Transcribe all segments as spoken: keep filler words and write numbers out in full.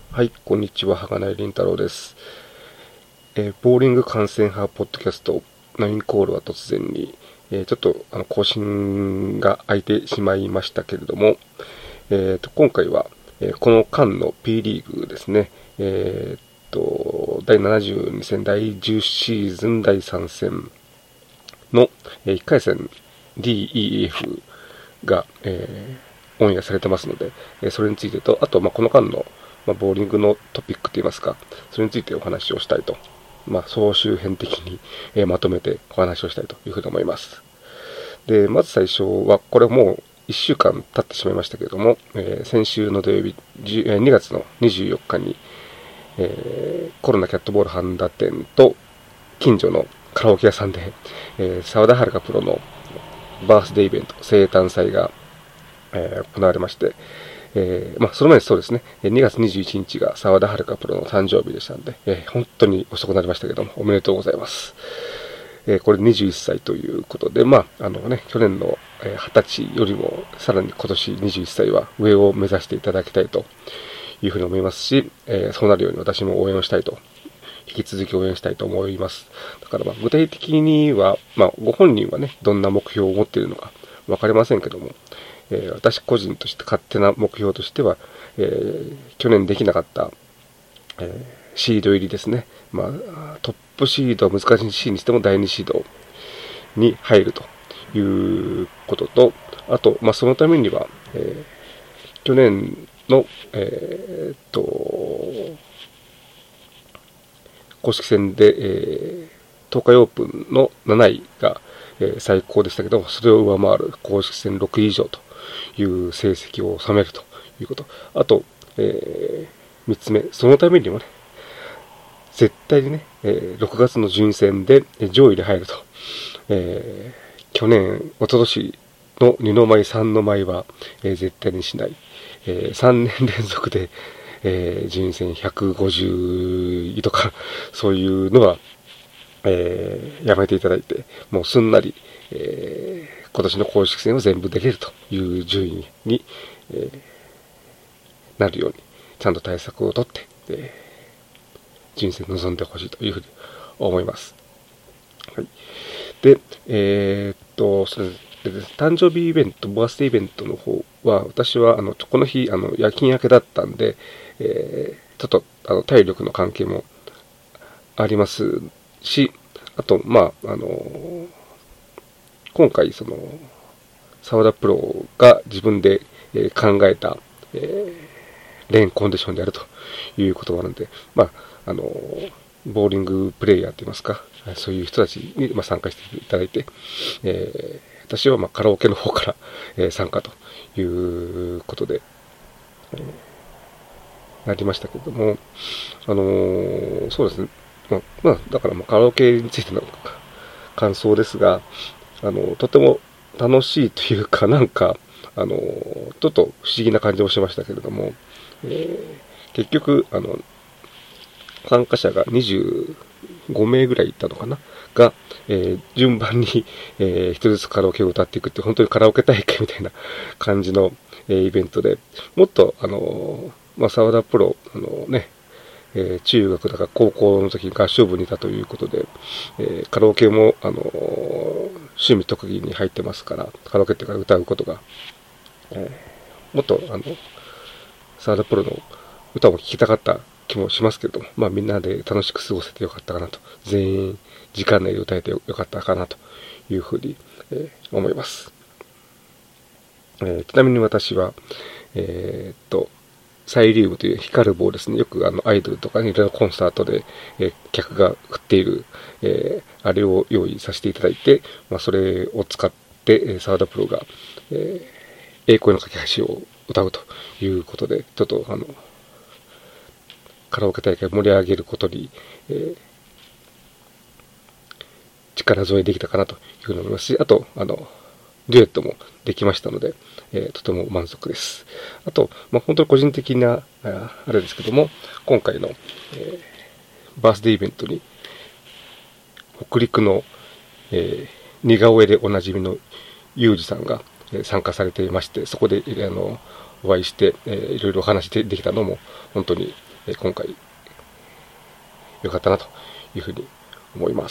はい、こんにちは、鋼井凛太郎です。えーボーリング観戦派ポッドキャスト、ナインコールは突然に、えーちょっとあの更新が空いてしまいましたけれども、えーと、今回は、えーこの間の P リーグですね、えーと、だいななじゅうに戦だいじゅうシーズンだいさん戦の、えーいっかい戦 ディーイーエフ が、えーオンエアされてますので、えーそれについてと、あと、まあ、この間の、まあ、ボーリングのトピックといいますか、それについてお話をしたいと、まあ、総集編的に、えーまとめてお話をしたいというふうに思います。で、まず最初は、これもういっしゅうかん経ってしまいましたけれども、えー先週の土曜日、じゅうえーにがつのにじゅうよっかに、えーコロナキャットボール半田店と近所のカラオケ屋さんで、えー沢田遥プロのバースデーイベント、生誕祭が、えー行われまして、えーまあ、その前にそうですね、にがつにじゅういちにちが沢田遥プロの誕生日でしたんで、えー本当に遅くなりましたけども、おめでとうございます。えーこれにじゅういっさいということで、まあ、あのね、去年のえーはたちよりも、さらに今年にじゅういっさいは上を目指していただきたいというふうに思いますし、えーそうなるように私も応援をしたいと、引き続き応援したいと思います。だからまあ具体的には、まあご本人はね、どんな目標を持っているのかわかりませんけども、えー私個人として勝手な目標としては、えー去年できなかった、えーシード入りですね。まあ、トップシードは難しいにしてもだいにシードに入るということと、あと、まあ、そのためには、えー去年の、えーっと、公式戦で、えー、東海オープンのなないが、えー最高でしたけど、それを上回る公式戦ろくい以上という成績を収めるということ。あと、えー、みっつめ、そのためにもね、絶対にね、えーろくがつの順位戦で上位に入ると。えー去年、一昨年のにの舞、さんの舞は、えー絶対にしない。えーさんねん連続で、えー順位戦ひゃくごじゅういとか、そういうのは、えーやめていただいて、もうすんなり、えー今年の公式戦を全部出れるという順位に、えーなるように、ちゃんと対策をとって、えー人生臨んでほしいというふうに思います。はい。で、えーっと、それでですね、誕生日イベント、バースデーイベントの方は、私は、あの、この日、あの、夜勤明けだったんで、えー、ちょっと、あの、体力の関係もありますし、あと、まあ、あの、今回、その、沢田プロが自分で、えー考えた、えーレーンコンディションであるということなので、まあ、あの、ボーリングプレイヤーといいますか、そういう人たちに、まあ、参加していただいて、えー私はまあカラオケの方から、えー参加ということで、えーなりましたけれども、あのーそうですね、まあ、まあ、だからまあカラオケについての感想ですが、あの、とても楽しいというか、なんか、あの、ちょっと不思議な感じをしましたけれども、えー結局、あの、参加者がにじゅうごめいぐらいいたのかなが、えー順番に、えー一人ずつカラオケを歌っていくって、本当にカラオケ大会みたいな感じの、えーイベントで、もっと、あのーまあ、沢田プロ、あのね、えー中学だから高校の時に合唱部にいたということで、えーカラオケも、あのー趣味特技に入ってますから、カラオケっていうか歌うことが、えーもっと、あの、沢田プロの歌も聴きたかった気もしますけれども、まあみんなで楽しく過ごせてよかったかなと、全員時間内で歌えてよかったかなというふうに、えー思います。えーちなみに私は、えーっと、サイリウムという光る棒ですね。よくあのアイドルとかね、いろいろコンサートで、えー客が振っている、えーあれを用意させていただいて、まあ、それを使って、えー沢田プロが、えー栄光の架け橋を歌うということで、ちょっとあの、カラオケ大会を盛り上げることに、えー力添えできたかなというふうに思いますし、あと、あの、デュエットもできましたので、えーとても満足です。あと、まあ、本当に個人的な、ああれですけども、今回の、えーバースデーイベントに、北陸の、えー似顔絵でおなじみのユージさんが、えー参加されていまして、そこで、えーあの、お会いして、えーいろいろお話でできたのも、本当にえー、今回良かったなというふうに思います。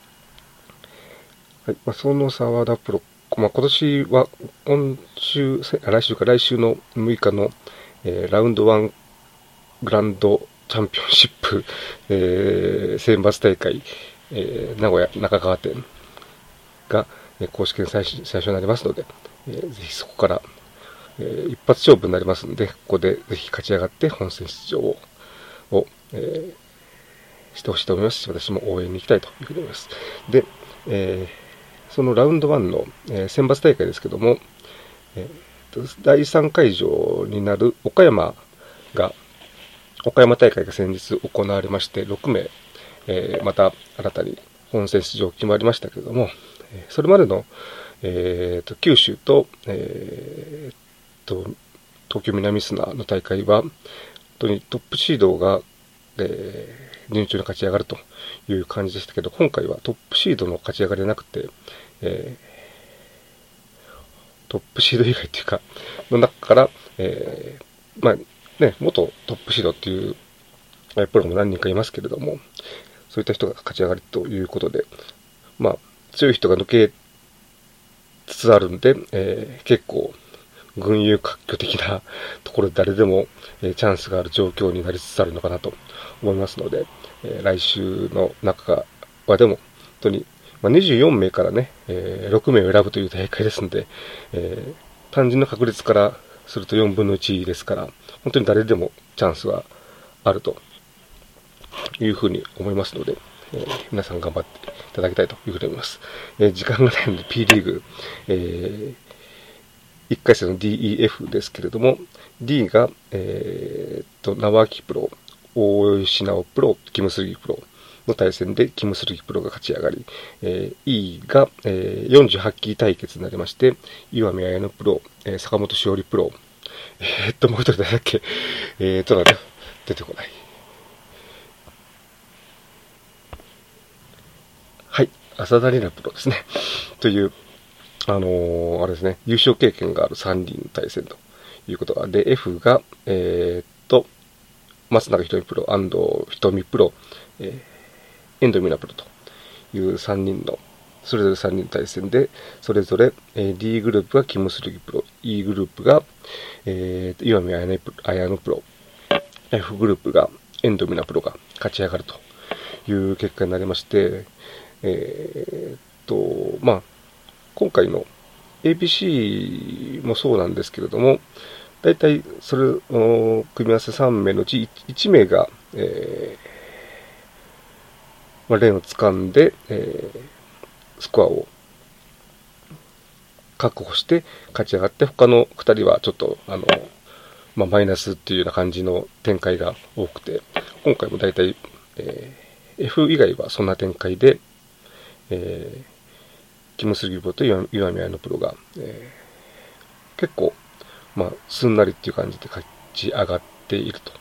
はい。まあ、その澤田プロ、まあ、今年は今週、来週か来週のむいかの、えー、ラウンドワングランドチャンピオンシップ、えー、選抜大会、えー、名古屋中川店が、えー、公式戦最初最初になりますので、えー、ぜひそこから、えー、一発勝負になりますので、ここでぜひ勝ち上がって本戦出場を、をえー、してほしいと思いますし、私も応援に行きたいというふうに思います。で、えー、そのラウンドワンの、えー、選抜大会ですけども、えー、だいさん会場になる岡山が、岡山大会が先日行われまして、ろくめい、えー、また新たに本戦出場決まりましたけれども、それまでの、えー、と九州と、えー、と東京南砂の大会は、本当にトップシードが、えー、順調に勝ち上がるという感じでしたけど、今回はトップシードの勝ち上がりじゃなくて、えー、トップシード以外というか、の中から、えー、まあ、ね、元トップシードっていうプロも何人かいますけれども、そういった人が勝ち上がりということで、まあ、強い人が抜けつつあるんで、えー、結構、群雄割拠的なところで誰でも、えー、チャンスがある状況になりつつあるのかなと思いますので、えー、来週の中はでも、本当に、まあ、にじゅうよんめいからね、えー、ろくめいを選ぶという大会ですので、えー、単純な確率からするとよんぶんのいちですから、本当に誰でもチャンスはあるというふうに思いますので、えー、皆さん頑張っていただきたいというふうに思います。えー、時間がないので P リーグ、えー、いっかい戦の ディーイーエフ ですけれども、D が、えー、っと、名和明プロ、大石直プロ、キムスルギプロの対戦でキムスルギプロが勝ち上がり、えー、E が、えー、よんじゅうはちキー対決になりまして、岩見綾乃プロ、えー、坂本しおりプロ、えー、っと、もう一人誰だっけ、えー、っと、出てこない。はい、浅田里奈プロですね。という、あのー、あれですね、優勝経験があるさんにんの対戦ということが、で、F が、えー、っと、松永ひとみプロ、安藤ひとみプロ、えー、遠藤美奈プロというさんにんの、それぞれさんにんの対戦で、それぞれ、えー、D グループがキムスルギプロ、E グループが、えー、岩見綾乃プロ、F グループが遠藤美奈プロが勝ち上がるという結果になりまして、えー、っと、まあ、今回の エービーシー もそうなんですけれども、大体それを組み合わせさんめいのうちいちめいが、えーまあ、レーンを掴んで、えー、スコアを確保して勝ち上がって、他のふたりはちょっと、あの、まあ、マイナスっていうような感じの展開が多くて、今回も大体、えー、F 以外はそんな展開で、えー、キムスルギプロと岩見綾乃プロが、えー、結構、まあ、すんなりっていう感じで勝ち上がっていると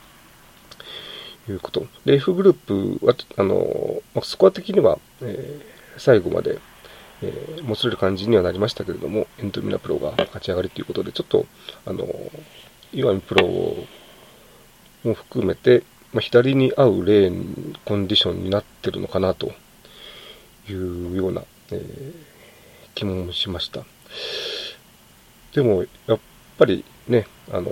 いうこと。で、F グループは、あの、スコア的には、えー、最後まで、えー、もつれる感じにはなりましたけれども、エントミナプロが勝ち上がりということで、ちょっと、あの、岩見プロも含めて、まあ、左に合うレーン、コンディションになってるのかなというような、えー、気もしました。でも、やっぱりね、あの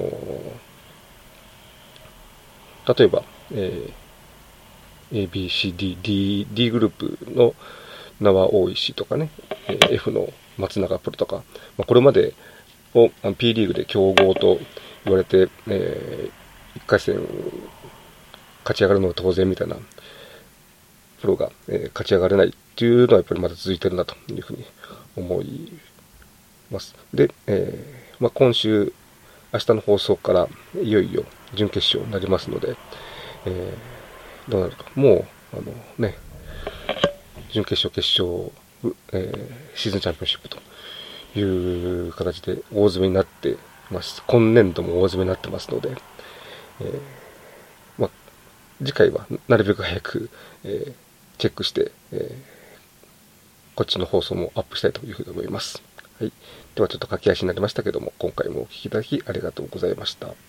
ー、例えば、えー、A、B、C、D、D、D グループの名は大石とかね、F の松永プロとか、まあ、これまでを P リーグで強豪と言われて、えー、いっかい戦勝ち上がるのが当然みたいなプロが、えー、勝ち上がれないっていうのはやっぱりまだ続いてるなというふうに思います。で、えーまあ、今週、明日の放送からいよいよ準決勝になりますので、えー、どうなるか。もう、あのね、準決勝、決勝、えー、シーズンチャンピオンシップという形で大詰めになってます。今年度も大詰めになってますので、えーまあ、次回はなるべく早く、えー、チェックして、えー、こっちの放送もアップしたいというふうに思います。はい。ではちょっと駆け足になりましたけども、今回もお聞きいただきありがとうございました。